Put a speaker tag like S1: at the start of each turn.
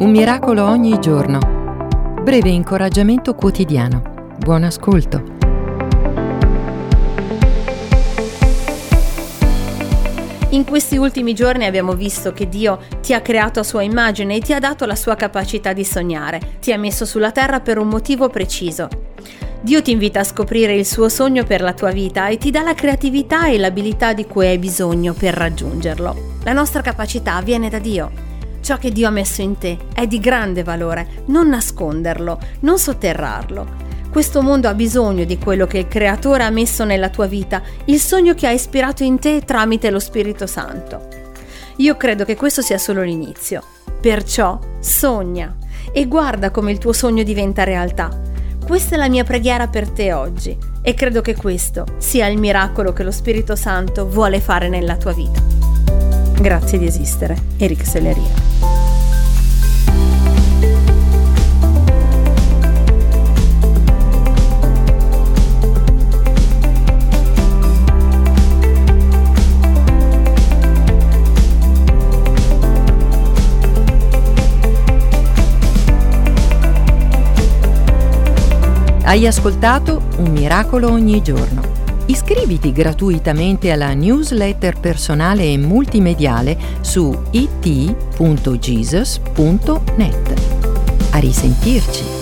S1: Un miracolo ogni giorno. Breve incoraggiamento quotidiano. Buon ascolto.
S2: In questi ultimi giorni abbiamo visto che Dio ti ha creato a sua immagine e ti ha dato la sua capacità di sognare. Ti ha messo sulla terra per un motivo preciso. Dio ti invita a scoprire il suo sogno per la tua vita e ti dà la creatività e l'abilità di cui hai bisogno per raggiungerlo. La nostra capacità viene da Dio. Ciò che Dio ha messo in te è di grande valore, non nasconderlo, non sotterrarlo. Questo mondo ha bisogno di quello che il Creatore ha messo nella tua vita, il sogno che ha ispirato in te tramite lo Spirito Santo. Io credo che questo sia solo l'inizio. Perciò sogna e guarda come il tuo sogno diventa realtà. Questa è la mia preghiera per te oggi e credo che questo sia il miracolo che lo Spirito Santo vuole fare nella tua vita. Grazie di esistere. Eric Selleria.
S1: Hai ascoltato Un miracolo ogni giorno. Iscriviti gratuitamente alla newsletter personale e multimediale su it.jesus.net. A risentirci.